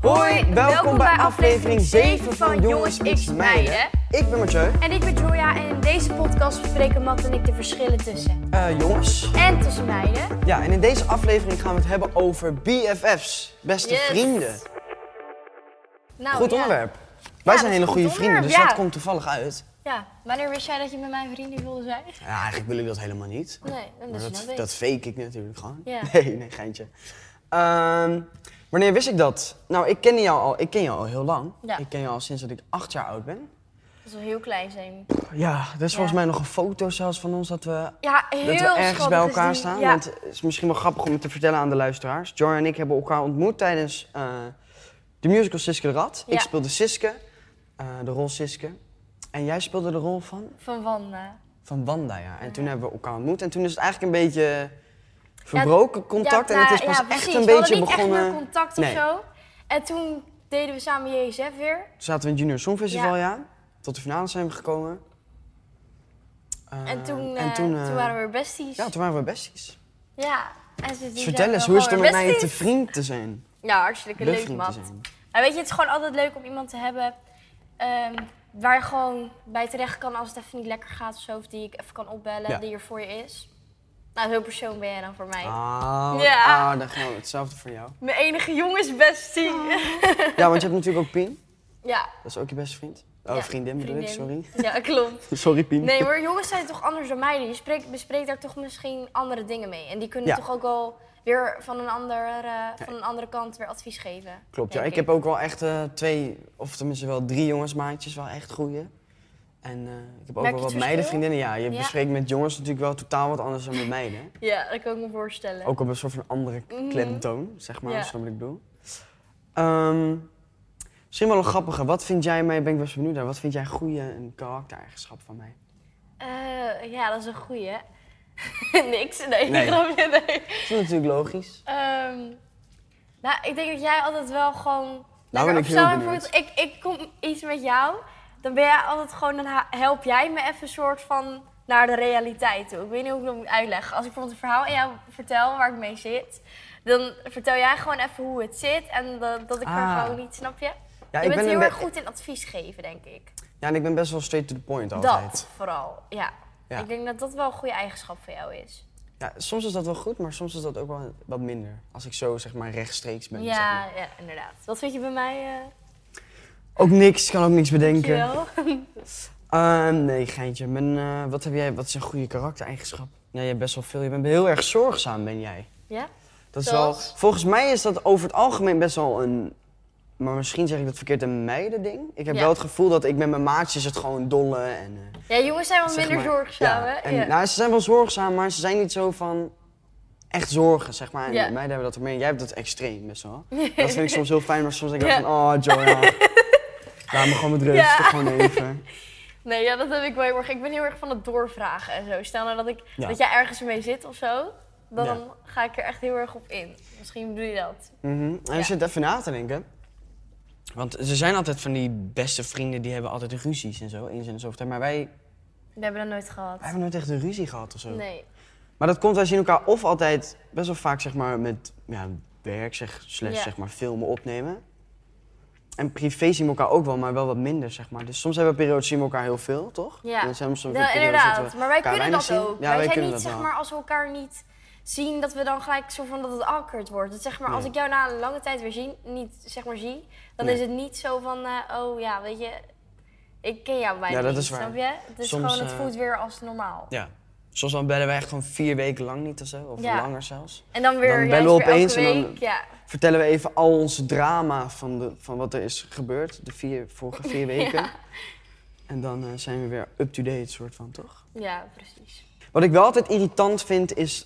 Hoi, welkom bij aflevering 7 van Jongens x Meiden. Ik ben Mathieu. En ik ben Julia en in deze podcast bespreken Matt en ik de verschillen tussen jongens. En tussen meiden. Ja, en in deze aflevering gaan we het hebben over BFF's, beste vrienden. Nou, goed onderwerp. Wij zijn hele goede vrienden, dus dat komt toevallig uit. Ja, wanneer wist jij dat je met mijn vrienden wilde zijn? Ja, eigenlijk wil ik dat helemaal niet. Nee, dat fake ik natuurlijk gewoon. Ja. Nee, geintje. Wanneer wist ik dat? Nou, ik ken jou al heel lang. Ja. Ik ken jou al sinds dat ik 8 jaar oud ben. Dat is wel heel klein zijn. Ja, er is volgens mij nog een foto zelfs van ons dat we ergens bij elkaar staan. Ja. Want het is misschien wel grappig om het te vertellen aan de luisteraars. Jorn en ik hebben elkaar ontmoet tijdens de musical Siske de Rat. Ja. Ik speelde Siske, de rol Siske. En jij speelde de rol van? Van Wanda. Van Wanda, ja. En toen hebben we elkaar ontmoet. En toen is het eigenlijk een beetje verbroken contact. En het is pas echt een beetje begonnen. We hadden niet echt meer contact of zo. En toen deden we samen JSF weer. Toen zaten we in het Junior Songfestival, ja. Tot de finale zijn we gekomen. En toen waren we weer besties. Ja, toen waren we besties. Ja. Dus vertel eens, hoe is het om met mij te vriend te zijn? Ja, hartstikke leuk, Matt. Weet je, het is gewoon altijd leuk om iemand te hebben waar je gewoon bij terecht kan als het even niet lekker gaat of zo. Of die ik even kan opbellen, die er voor je is. Nou, zo'n persoon ben jij dan voor mij. Dan gaan we hetzelfde voor jou. Mijn enige jongensbestie. Ja, want je hebt natuurlijk ook Pien. Ja. Dat is ook je beste vriend. Vriendin bedoel ik, sorry. Ja, klopt. Sorry, Pien. Nee, maar jongens zijn toch anders dan meiden. Je bespreekt daar toch misschien andere dingen mee. En die kunnen toch ook wel weer van een andere kant weer advies geven. Klopt, ja. Ik heb ook wel echt 2, of tenminste wel 3 jongensmaatjes, wel echt goeie. En ik heb ook wel wat meidenvriendinnen. Ja, je bespreekt met jongens natuurlijk wel totaal wat anders dan met meiden. Ja, dat kan ik me voorstellen. Ook op een soort van andere klemtoon, zeg maar, snap wat ik bedoel. Misschien wel een grappige. Wat vind jij mij, ben ik best benieuwd naar, wat vind jij goede een karaktereigenschap van mij? Ja, dat is een goeie. Niks, nee. Grapje, nee. Dat is natuurlijk logisch. Nou, ik denk dat jij altijd wel gewoon... Nou ben ik heel benieuwd. Ik kom iets met jou, dan ben jij altijd gewoon, dan help jij me even een soort van naar de realiteit toe. Ik weet niet hoe ik dat moet uitleggen. Als ik bijvoorbeeld een verhaal aan jou vertel waar ik mee zit, dan vertel jij gewoon even hoe het zit en dat ik er gewoon niet, snap je? Ja, je bent heel erg goed in advies geven, denk ik. Ja, en ik ben best wel straight to the point altijd. Dat vooral, ja. Ik denk dat dat wel een goede eigenschap van jou is. Ja, soms is dat wel goed, maar soms is dat ook wel wat minder. Als ik zo, zeg maar, rechtstreeks ben. Ja, zeg maar. ja, inderdaad. Wat vind je bij mij? Ook niks, kan ook niks bedenken. Dankjewel. Nee, geintje. Wat is een goede karaktereigenschap? Ja, je hebt best wel veel. Je bent heel erg zorgzaam, ben jij. Ja? Dat is wel, volgens mij is dat over het algemeen best wel een... Maar misschien zeg ik dat verkeerd, een meidending. Ik heb wel het gevoel dat ik met mijn maatjes het gewoon dolle en... ja, jongens zijn wel minder zorgzaam, hè? Nou, ze zijn wel zorgzaam, maar ze zijn niet zo van... Echt zorgen, zeg maar. En meiden hebben dat meer. Jij hebt dat extreem, best wel. Dat vind ik soms heel fijn, maar soms denk ik van... Oh, Joya. Laat me gewoon met rust, gewoon even. Nee, ja, dat heb ik wel heel erg. Ik ben heel erg van het doorvragen en zo. Stel nou dat jij ergens mee zit of zo, dan ga ik er echt heel erg op in. Misschien bedoel je dat. En je zit even na te denken. Want ze zijn altijd van die beste vrienden, die hebben altijd ruzies en zo, eens in de zoveel tijd. Maar wij hebben dat nooit gehad. Wij hebben nooit echt een ruzie gehad of zo. Nee. Maar dat komt, wij zien elkaar of altijd best wel vaak, zeg maar, met werk, zeg maar, filmen opnemen. En privé zien we elkaar ook wel, maar wel wat minder, zeg maar. Dus soms hebben we periodes zien we elkaar heel veel, toch? Ja, en soms inderdaad. Maar wij kunnen dat zien. ook. Ja, wij zijn niet, dat zeg maar, als we elkaar niet zien, dat we dan gelijk zo van dat het awkward wordt. Dat, zeg maar, als ik jou na een lange tijd weer zie, dan is het niet zo van, oh ja, weet je, ik ken jou bijna niet, snap je? Het is soms, gewoon, het voelt weer als normaal. Ja. Soms dan bellen wij echt gewoon 4 weken lang niet of zo, of langer zelfs. En dan weer, dan bellen we opeens en dan vertellen we even al ons drama van wat er is gebeurd, de vorige 4 weken. En dan zijn we weer up-to-date, soort van, toch? Ja, precies. Wat ik wel altijd irritant vind is,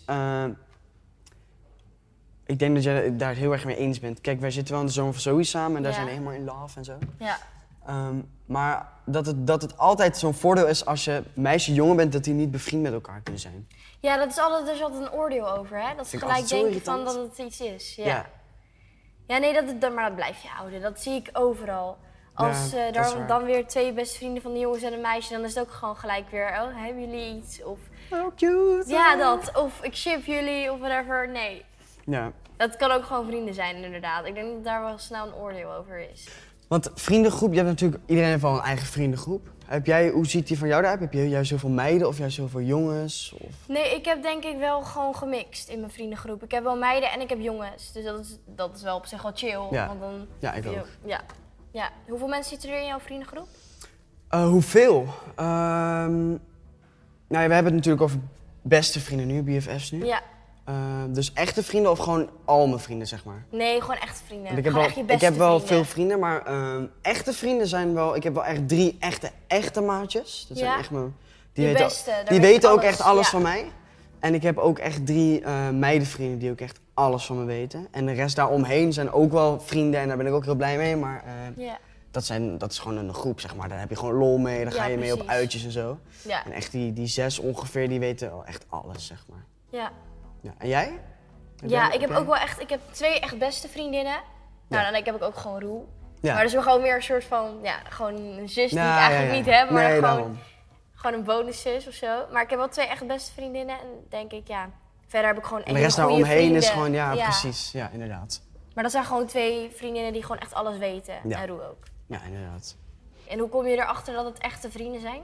ik denk dat jij het daar heel erg mee eens bent. Kijk, wij zitten wel in de Zomer van Zoe samen en daar zijn we helemaal in love en zo. Ja. Maar dat het altijd zo'n voordeel is als je meisje-jongen bent, dat die niet bevriend met elkaar kunnen zijn. Ja, er is altijd een oordeel over, hè? Dat ze gelijk denken van dat het iets is. Ja, nee, maar dat blijf je houden. Dat zie ik overal. Als dan weer 2 beste vrienden van de jongens en een meisje, dan is het ook gewoon gelijk weer, oh, hebben jullie iets? Of, oh, cute. Ja, dat. Of ik ship jullie, of whatever. Nee. Ja. Dat kan ook gewoon vrienden zijn, inderdaad. Ik denk dat daar wel snel een oordeel over is. Want vriendengroep, je hebt natuurlijk, iedereen heeft wel een eigen vriendengroep. Hoe ziet die van jou eruit? Heb je juist zoveel meiden of juist zoveel jongens? Of? Nee, ik heb denk ik wel gewoon gemixt in mijn vriendengroep. Ik heb wel meiden en ik heb jongens. Dus dat is wel op zich wel chill. Ja, Want dan ik ook. Ja. Hoeveel mensen zitten er in jouw vriendengroep? Hoeveel? We hebben het natuurlijk over beste vrienden nu, BFF's nu. Ja. Dus echte vrienden of gewoon al mijn vrienden, zeg maar? Nee, gewoon echte vrienden. Want ik heb wel veel vrienden, maar echte vrienden zijn wel... Ik heb wel echt 3 echte maatjes. Dat zijn echt die weten ook echt alles van mij. En ik heb ook echt 3 meidenvrienden die ook echt alles van me weten. En de rest daaromheen zijn ook wel vrienden en daar ben ik ook heel blij mee. Maar dat is gewoon een groep, zeg maar. Daar heb je gewoon lol mee, daar ga je mee op uitjes en zo. Ja. En echt die 6 ongeveer, die weten wel echt alles, zeg maar. Ja. En jij? Ik heb ook wel echt... Ik heb 2 echt beste vriendinnen. Nou, dan heb ik ook gewoon Roel. Ja. Maar dat is gewoon meer een soort van... Ja, gewoon een zus die ik eigenlijk niet heb. Maar gewoon een bonuszus of zo. Maar ik heb wel 2 echt beste vriendinnen. En denk ik, verder heb ik gewoon en de rest daaromheen is gewoon, precies. Ja, inderdaad. Maar dat zijn gewoon 2 vriendinnen die gewoon echt alles weten. Ja. En Roel ook. Ja, inderdaad. En hoe kom je erachter dat het echte vrienden zijn?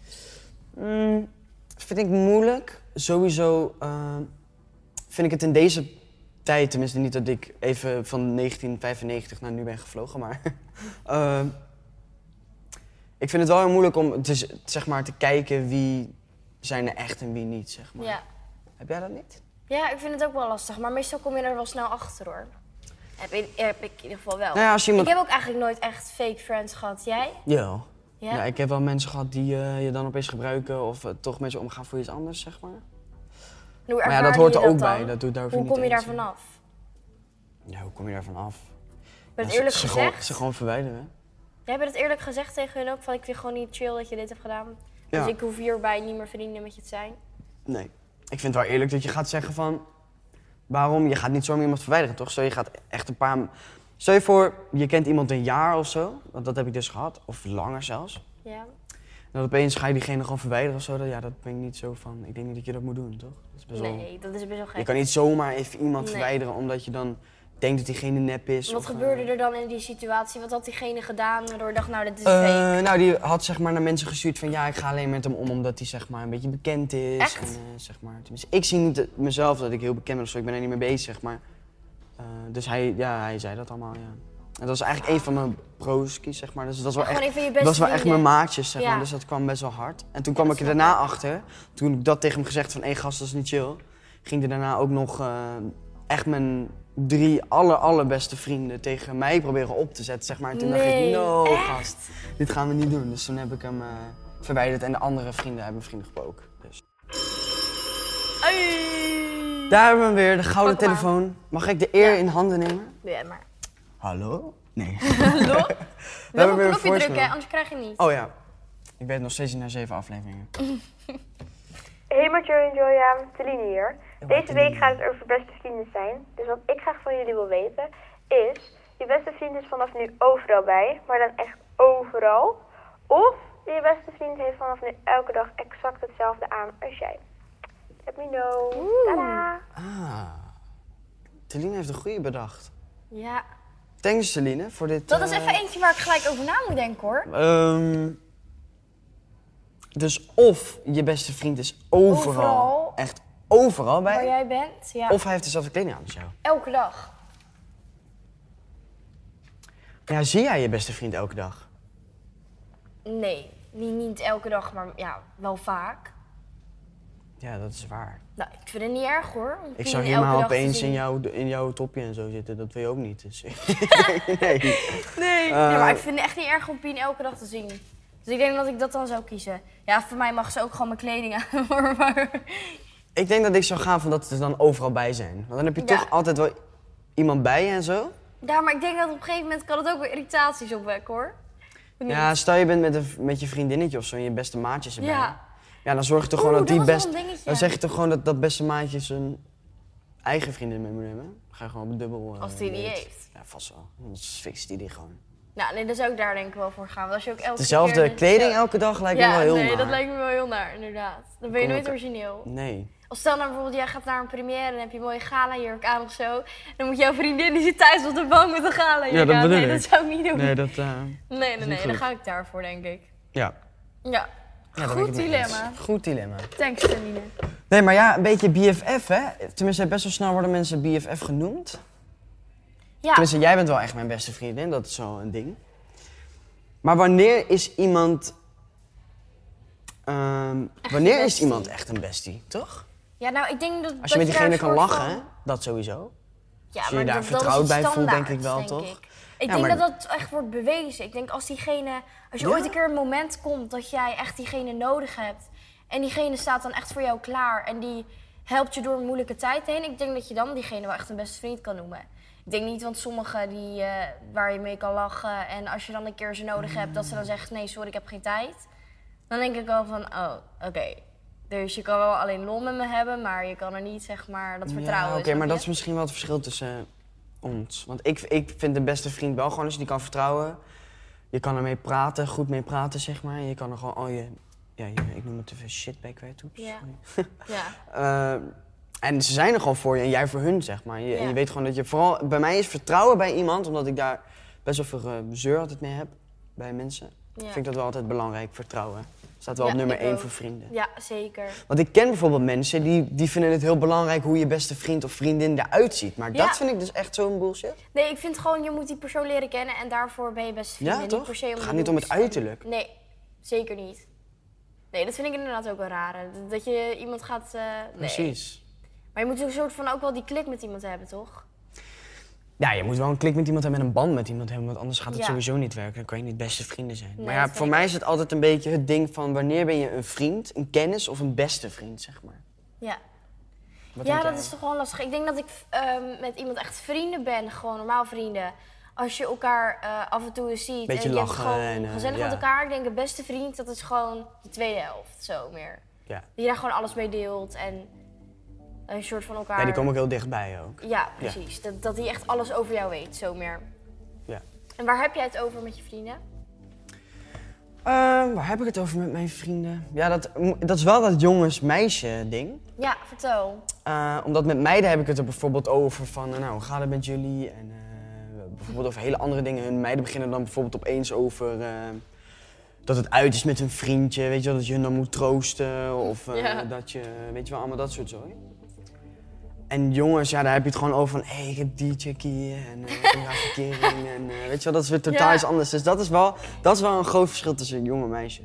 Vind ik moeilijk. Sowieso vind ik het in deze tijd, tenminste niet dat ik even van 1995 naar nu ben gevlogen, maar ik vind het wel heel moeilijk om te kijken wie zijn er echt en wie niet, zeg maar. Ja. Heb jij dat niet? Ja, ik vind het ook wel lastig, maar meestal kom je er wel snel achter, hoor. Heb ik in ieder geval wel. Nou ja, Ik heb ook eigenlijk nooit echt fake friends gehad. Jij? Ja. Ja, ik heb wel mensen gehad die je dan opeens gebruiken of toch met je omgaan voor iets anders, zeg maar. Maar ja, dat hoort er ook bij. Hoe kom je daar vanaf? Ja, hoe kom je daar vanaf? Ben het eerlijk gezegd? Ze gewoon verwijderen. Jij hebt het eerlijk gezegd tegen hun ook, van ik vind gewoon niet chill dat je dit hebt gedaan. Dus ik hoef hierbij niet meer vrienden met je te zijn. Nee. Ik vind het wel eerlijk dat je gaat zeggen van... Waarom? Je gaat niet zomaar iemand verwijderen, toch? Stel je gaat echt Stel je voor, je kent iemand een jaar of zo. Want dat heb ik dus gehad. Of langer zelfs. Ja. En dan opeens ga je diegene gewoon verwijderen of zo. Dat ben ik niet zo van... Ik denk niet dat je dat moet doen, toch? Dat is best wel gek. Je kan niet zomaar even iemand verwijderen omdat je dan denkt dat diegene nep is. Wat gebeurde er dan in die situatie? Wat had diegene gedaan waardoor je dacht, nou, dit is fake? Nou, die had zeg maar naar mensen gestuurd van ik ga alleen met hem om omdat hij zeg maar een beetje bekend is. Echt? En, zeg maar, tenminste, ik zie niet mezelf dat ik heel bekend ben of zo. Ik ben er niet mee bezig, maar... dus hij zei dat allemaal, ja. En dat was eigenlijk een van mijn broskies, zeg maar. Dus dat was wel echt mijn maatjes, zeg maar. Dus dat kwam best wel hard. En toen kwam ik er daarna achter. Toen ik dat tegen hem gezegd van, gast, dat is niet chill. Ging er daarna ook nog echt mijn 3 allerbeste vrienden tegen mij proberen op te zetten, zeg maar. En toen dacht ik, gast, dit gaan we niet doen. Dus toen heb ik hem verwijderd en de andere vrienden hebben mijn vrienden ook. Dus. Daar hebben we hem weer, de gouden telefoon. Mag ik de eer in handen nemen? Ja, maar. Hallo? Nee. Hallo? We hebben weer een knopje drukken, anders krijg je niet. Oh ja. Ik weet nog steeds niet naar 7 afleveringen. Hey Mathieu en Joya, Teline hier. Deze week gaat het over beste vrienden zijn. Dus wat ik graag van jullie wil weten is... Je beste vriend is vanaf nu overal bij, maar dan echt overal. Of je beste vriend heeft vanaf nu elke dag exact hetzelfde aan als jij. Let me know. Tada! Teline heeft een goede bedacht. Ja. Thanks Teline voor dit... Dat is even eentje waar ik gelijk over na moet denken, hoor. Dus of je beste vriend is overal. Echt overal bij. Waar jij bent, ja. Of hij heeft dezelfde kleding aan als jou. Elke dag. Ja, zie jij je beste vriend elke dag? Nee, niet elke dag, maar wel vaak. Ja, dat is waar. Nou, ik vind het niet erg, hoor. Ik zag je maar opeens in jouw topje en zo zitten. Dat wil je ook niet. Dus... nee, maar ik vind het echt niet erg om Pien elke dag te zien. Dus ik denk dat ik dat dan zou kiezen. Ja, voor mij mag ze ook gewoon mijn kleding aan. Maar... Ik denk dat ik zou gaan van dat ze dan overal bij zijn. Want dan heb je toch altijd wel iemand bij je en zo. Ja, maar ik denk dat op een gegeven moment kan het ook weer irritaties opwekken, hoor. Ja, stel je bent met je vriendinnetje of zo en je beste maatjes erbij. Ja, dan zorg je toch gewoon dat die dan zeg je toch gewoon dat beste maatje zijn eigen vriendin mee moet nemen. Dan ga je gewoon op dubbel... Als die die heeft. Ja, vast wel. Dan fixt die gewoon. Nou, nee, dan zou ik daar denk ik wel voor gaan. Want als je ook dezelfde kleding elke dag lijkt me wel heel naar. Nee, dat lijkt me wel heel naar, inderdaad. Dan ben je nooit origineel. Nee. Of stel nou bijvoorbeeld, jij gaat naar een première en heb je een mooie gala-jurk aan of zo. Dan moet jouw vriendin, die zit thuis op de bank met een gala-jurk aan. Nee, dat zou ik niet doen. Nee, dat nee, dan ga ik daarvoor, denk ik. Ja. Ja. Goed dilemma. Goed dilemma. Thanks, Janine. Nee, maar ja, een beetje BFF, hè? Tenminste, best wel snel worden mensen BFF genoemd. Ja. Tenminste, jij bent wel echt mijn beste vriendin, dat is zo een ding. Maar wanneer is iemand... wanneer is iemand echt een bestie, toch? Ja, nou, ik denk dat... Als je met diegene kan lachen, dat sowieso. Ja, als je je daar vertrouwd bij voelt, denk ik wel, toch? Ik denk dat dat echt wordt bewezen. Ik denk als je ooit een keer een moment komt dat jij echt diegene nodig hebt... en diegene staat dan echt voor jou klaar en die helpt je door een moeilijke tijd heen... ik denk dat je dan diegene wel echt een beste vriend kan noemen. Ik denk niet, want sommigen waar je mee kan lachen... en als je dan een keer ze nodig hebt, dat ze dan zegt... nee, sorry, ik heb geen tijd. Dan denk ik wel van, oké. Dus je kan wel alleen lol met me hebben, maar je kan er niet, zeg maar, dat vertrouwen. Oké, maar dat is misschien wel het verschil tussen ons. Want ik vind de beste vriend wel gewoon als je die kan vertrouwen. Je kan ermee praten, goed mee praten, zeg maar. Je kan er gewoon ik noem het even shit bij kwijt. Ja. Ja. En ze zijn er gewoon voor je en jij voor hun, zeg maar. En je weet gewoon dat je... Vooral bij mij is vertrouwen bij iemand, omdat ik daar best wel veel zeur altijd mee heb bij mensen. Ja. Vind ik dat wel altijd belangrijk, vertrouwen. Staat wel op nummer 1 voor vrienden. Ja, zeker. Want ik ken bijvoorbeeld mensen die vinden het heel belangrijk hoe je beste vriend of vriendin eruit ziet. Maar dat vind ik dus echt zo'n bullshit. Nee, ik vind gewoon, je moet die persoon leren kennen en daarvoor ben je beste vrienden. Ja, toch? Het gaat niet om het uiterlijk. Nee, zeker niet. Nee, dat vind ik inderdaad ook wel raar. Dat je iemand gaat... nee. Precies. Maar je moet een soort van ook wel die klik met iemand hebben, toch? Ja, je moet wel een klik met iemand hebben en een band met iemand hebben, want anders gaat het sowieso niet werken. Dan kan je niet beste vrienden zijn. Nee, maar ja, voor mij is het altijd een beetje het ding van wanneer ben je een vriend, een kennis of een beste vriend, zeg maar. Ja. Ja, dat is toch wel lastig. Ik denk dat ik met iemand echt vrienden ben, gewoon normaal vrienden. Als je elkaar af en toe eens ziet beetje en je lachen hebt gewoon gezellig met elkaar. Ik denk een beste vriend, dat is gewoon de tweede helft, zo meer. Ja. Dat je daar gewoon alles mee deelt en... een soort van elkaar... Ja, die komen ook heel dichtbij ook. Ja, precies. Ja. Dat hij echt alles over jou weet, zo meer. Ja. En waar heb jij het over met je vrienden? Waar heb ik het over met mijn vrienden? Ja, dat is wel dat jongens-meisje ding. Ja, vertel. Omdat met meiden heb ik het er bijvoorbeeld over van, nou, hoe gaat het met jullie? En bijvoorbeeld over hele andere dingen. Hun meiden beginnen dan bijvoorbeeld opeens over... dat het uit is met een vriendje, weet je wel, dat je hun dan moet troosten of dat je, weet je wel, allemaal dat soort zooi. En jongens, ja, daar heb je het gewoon over van, hé, ik heb die chickie en ik heb een verkering en weet je wel, dat is weer totaal iets anders. Dus dat is wel een groot verschil tussen een jongen en meisje.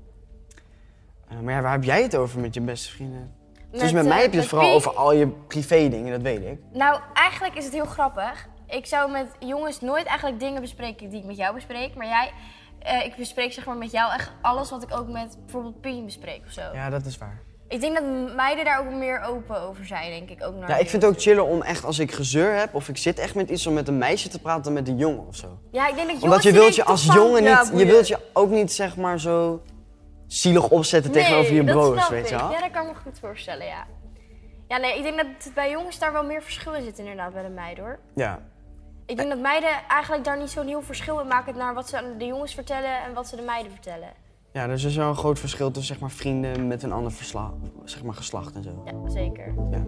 Maar ja, waar heb jij het over met je beste vrienden? Dus met mij heb je het vooral over al je privé dingen, dat weet ik. Nou, eigenlijk is het heel grappig. Ik zou met jongens nooit eigenlijk dingen bespreken die ik met jou bespreek, maar ik bespreek zeg maar met jou echt alles wat ik ook met bijvoorbeeld Pien bespreek of zo. Ja, dat is waar. Ik denk dat meiden daar ook meer open over zijn, denk ik ook. Ja, ik vind het ook chiller om echt, als ik gezeur heb of ik zit echt met iets om met een meisje te praten dan met een jongen of zo. Ja, ik denk dat jongens... Omdat je wilt je als jongen niet, je wilt je ook niet zeg maar zo zielig opzetten tegenover je broers, weet je wel? Ja, dat kan ik me goed voorstellen, ja. Ja, nee, ik denk dat het bij jongens daar wel meer verschil in zit inderdaad bij de meiden, hoor. Ja. Ik denk dat meiden eigenlijk daar niet zo'n heel verschil in maken naar wat ze aan de jongens vertellen en wat ze de meiden vertellen. Ja, dus er is wel een groot verschil tussen zeg maar, vrienden met een ander zeg maar, geslacht en zo. Ja, zeker. Ja.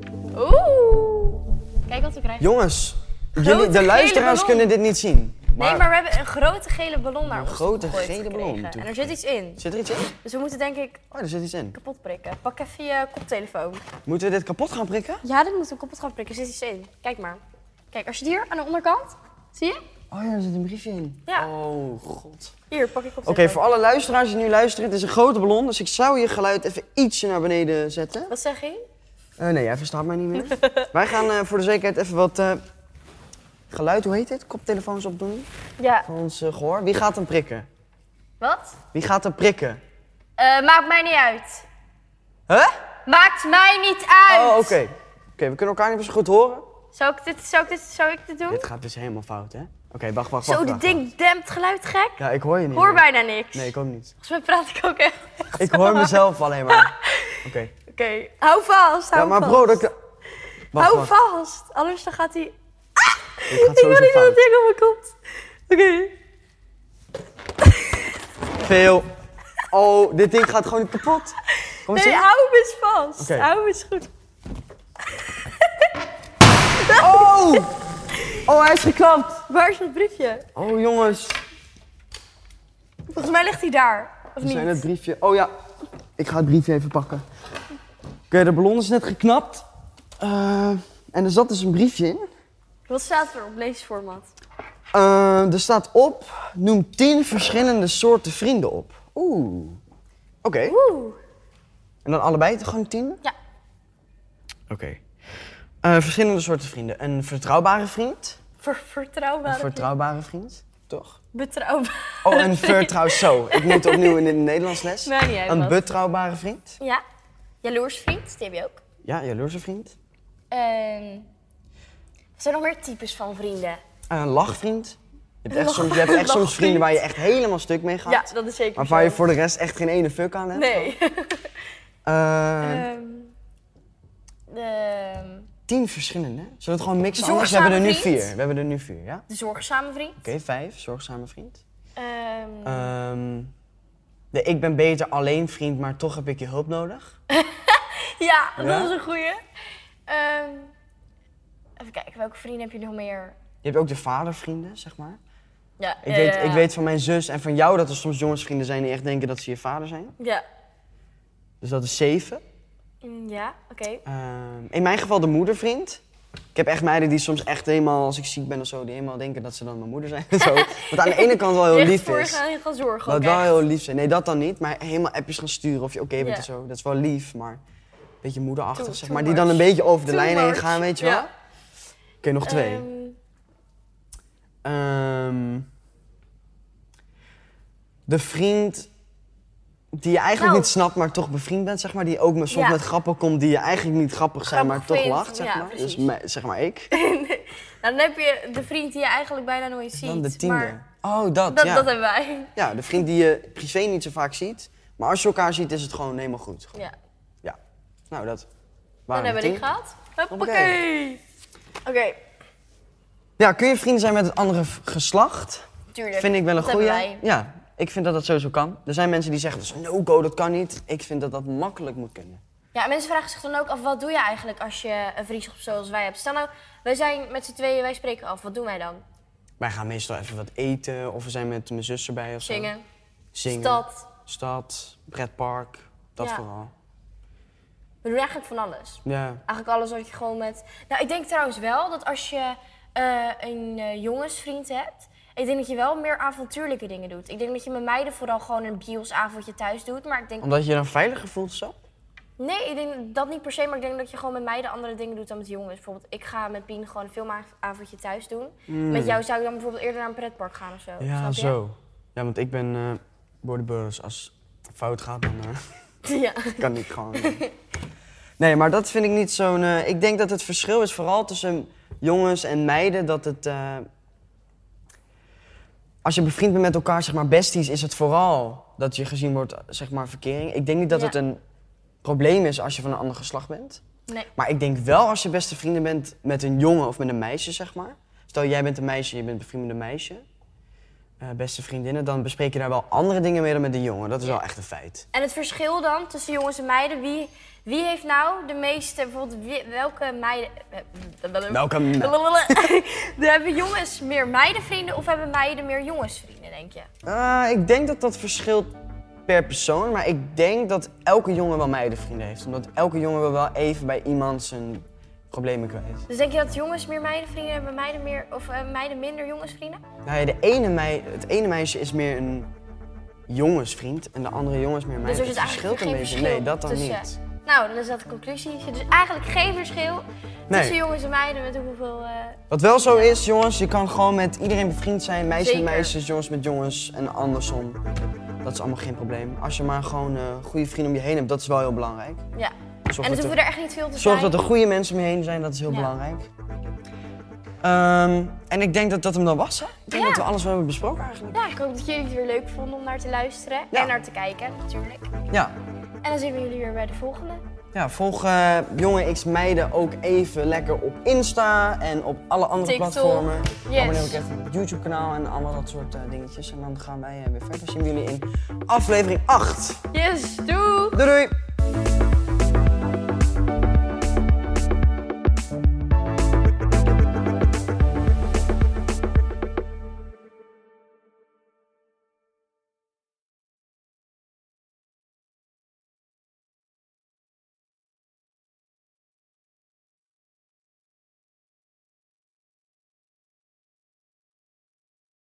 Oeh! Kijk wat we krijgen. Jongens, de luisteraars kunnen dit niet zien. Nee, maar we hebben een grote gele ballon naar ons gegooid. Een grote gele ballon. En er zit iets in. Zit er iets in? Dus we moeten denk ik... Oh, er zit iets in. Kapot prikken. Pak even je koptelefoon. Moeten we dit kapot gaan prikken? Ja, dit moeten we kapot gaan prikken. Er zit iets in. Kijk maar. Kijk, als je het hier aan de onderkant... Zie je? Oh ja, er zit een briefje in. Ja. Oh, god. Hier, pak ik op. Oké, voor alle luisteraars die nu luisteren, het is een grote ballon, dus ik zou je geluid even ietsje naar beneden zetten. Wat zeg je? Nee, jij verstaat mij niet meer. Wij gaan voor de zekerheid even wat geluid, hoe heet dit? Koptelefoons opdoen. Ja. Voor ons gehoor. Wie gaat hem prikken? Wat? Wie gaat hem prikken? Maakt mij niet uit. Huh? Maakt mij niet uit! Oh, oké. Oké, we kunnen elkaar niet meer zo goed horen. Zou ik dit doen? Dit gaat dus helemaal fout, hè? Oké, wacht. Zo, die ding dempt geluid gek. Ja, ik hoor je niet. Hoor bijna niks. Nee, ik ook niet. Volgens mij praat ik ook echt. Ik hoor mezelf alleen maar. Oké. Oké, hou vast. Ja, maar bro, dat... Hou vast, anders dan gaat hij... Ik wil niet dat het ding op me komt. Oké. Veel. Oh, dit ding gaat gewoon niet kapot. Kom eens nee, in. hou hem eens vast. Okay. Hou hem eens goed. Oh! Oh, hij is geknapt. Waar is het briefje? Oh, jongens. Volgens mij ligt hij daar. Of We niet? zijn het briefje. Oh ja, ik ga het briefje even pakken. Oké, de ballon is net geknapt. En er zat dus een briefje in. Wat staat er op leesformat? Er staat op, noem 10 verschillende soorten vrienden op. Oeh. Oké. Oeh. En dan allebei gewoon 10? Ja. Oké. Verschillende soorten vrienden. Een vertrouwbare vriend. Vertrouwbare. Een vertrouwbare vriend, toch? Betrouwbaar. Oh, een zo. Ik moet opnieuw in het Nederlands les. Maakt niet uit, Een wat. betrouwbare vriend. Ja. Jaloers vriend, die heb je ook. Ja, jaloerse vriend. Wat zijn nog meer types van vrienden? Een lachvriend. Je hebt echt soms vrienden waar je echt helemaal stuk mee gaat. Ja, dat is zeker Waarvan zo. je voor de rest echt geen ene fuck aan hebt. Nee. 10 verschillende. Zullen we het gewoon mixen? De Anders? We hebben er nu zorgzame 4. vriend. We hebben er nu 4, ja? De zorgzame vriend. Oké, 5. Zorgzame vriend. Ehm, De ik ben beter alleen vriend, maar toch heb ik je hulp nodig. ja, Ja? dat is een goeie. Even kijken, welke vrienden heb je nog meer? Je hebt ook de vadervrienden, zeg maar. Ja, Ik weet van mijn zus en van jou dat er soms jongensvrienden zijn die echt denken dat ze je vader zijn. Ja. Dus dat is 7. Ja, oké. In mijn geval de moedervriend. Ik heb echt meiden die soms echt helemaal, als ik ziek ben of zo, die helemaal denken dat ze dan mijn moeder zijn. Zo. Wat aan de ene kant wel heel Echt lief voor je is. gaan zorgen Wat ook wel echt. heel lief zijn. Nee, dat dan niet. Maar helemaal appjes gaan sturen of je oké bent Ja. en zo. Dat is wel lief, maar een beetje moederachtig, Too zeg maar. Die much. dan een beetje over de Too lijn heen much. gaan, weet je Ja. wel. Oké, nog 2. De vriend die je eigenlijk Nou. niet snapt, maar toch bevriend bent, zeg maar. Die ook soms Ja. met grappen komt die je eigenlijk niet grappig zijn, maar Grappig toch vindt, lacht, zeg ja, maar. Dus precies. zeg maar ik. Nou, dan heb je de vriend die je eigenlijk bijna nooit ziet. Dan de 10e. Maar Oh, dat, dat ja. hebben wij. Ja, de vriend die je privé niet zo vaak ziet. Maar als je elkaar ziet, is het gewoon helemaal goed. Gewoon. Ja. Ja. Nou, dat Dan waren hebben de we die 10. gehad. Hoppakee. Oké, Ja, kun je vrienden zijn met het andere geslacht? tuurlijk. Vind ik wel een Dat goeie. hebben wij. Ja, ik vind dat dat sowieso kan. Er zijn mensen die zeggen, dat is een no-go, dat kan niet. Ik vind dat dat makkelijk moet kunnen. Ja, mensen vragen zich dan ook af, wat doe je eigenlijk als je een vriendschap zoals wij hebt? Stel nou, wij zijn met z'n tweeën, wij spreken af. Wat doen wij dan? Wij gaan meestal even wat eten, of we zijn met mijn zus erbij of zo. Zingen, Zingen. stad. pretpark, dat Ja. vooral. We doen eigenlijk van alles. Ja. Eigenlijk alles wat je gewoon met... Nou, ik denk trouwens wel dat als je een jongensvriend hebt... Ik denk dat je wel meer avontuurlijke dingen doet. Ik denk dat je met meiden vooral gewoon een biosavondje thuis doet. Maar ik denk... Omdat je je dan veiliger voelt of zo? Nee, ik denk dat niet per se. Maar ik denk dat je gewoon met meiden andere dingen doet dan met jongens. Bijvoorbeeld, ik ga met Pien gewoon een filmavondje thuis doen. Met jou zou ik dan bijvoorbeeld eerder naar een pretpark gaan of zo. Ja, snap je? zo. Ja, want ik ben bodybuilder, dus als het fout gaat, dan Ja. kan ik gewoon... Nee, maar dat vind ik niet zo'n... ik denk dat het verschil is vooral tussen jongens en meiden, dat het... als je bevriend bent met elkaar, zeg maar besties, is het vooral dat je gezien wordt, zeg maar, verkering. Ik denk niet dat Ja. het een probleem is als je van een ander geslacht bent. Nee. Maar ik denk wel als je beste vrienden bent met een jongen of met een meisje, zeg maar. Stel, jij bent een meisje, je bent bevriend met een meisje. Beste vriendinnen, dan bespreek je daar wel andere dingen mee dan met een jongen. Dat is wel echt een feit. En het verschil dan tussen jongens en meiden, wie heeft nou de meeste, bijvoorbeeld welke meiden... Welke... Hebben jongens meer meidenvrienden of hebben meiden meer jongensvrienden, denk je? Ik denk dat dat verschilt per persoon, maar ik denk dat elke jongen wel meidenvrienden heeft. Omdat elke jongen wil wel even bij iemand zijn problemen kwijt. Dus denk je dat jongens meer meidenvrienden hebben, meiden minder jongensvrienden? Nou ja, het ene meisje is meer een jongensvriend en de andere jongen is meer een Dus meisje. er zit Het eigenlijk verschilt een geen beetje. verschil Nee, dat dan tussen... niet. Nou, dan is dat de conclusie. Er zit dus eigenlijk geen verschil tussen jongens en meiden met hoeveel... Wat wel zo is, jongens, je kan gewoon met iedereen bevriend zijn. Meisjes met Zeker. meisjes, jongens met jongens en andersom. Dat is allemaal geen probleem. Als je maar gewoon goede vrienden om je heen hebt, dat is wel heel belangrijk. Ja. Zorg En dat het hoeven er echt niet veel te Zorg zijn. dat er goede mensen om je heen zijn, dat is heel Ja. belangrijk. En ik denk dat dat hem dan was, hè? Ik denk Ja. dat we alles wel hebben besproken eigenlijk. Ja, ik hoop dat jullie het weer leuk vonden om naar te luisteren. Ja. En naar te kijken, natuurlijk. Ja. En dan zien we jullie weer bij de volgende. Ja, volg Jonge X Meiden ook even lekker op Insta en op alle andere TikTok. platformen. Yes. Abonneer ook even op het YouTube kanaal en allemaal dat soort dingetjes. En dan gaan wij weer verder. Zien we jullie in aflevering 8. Yes, doei! Doei doei!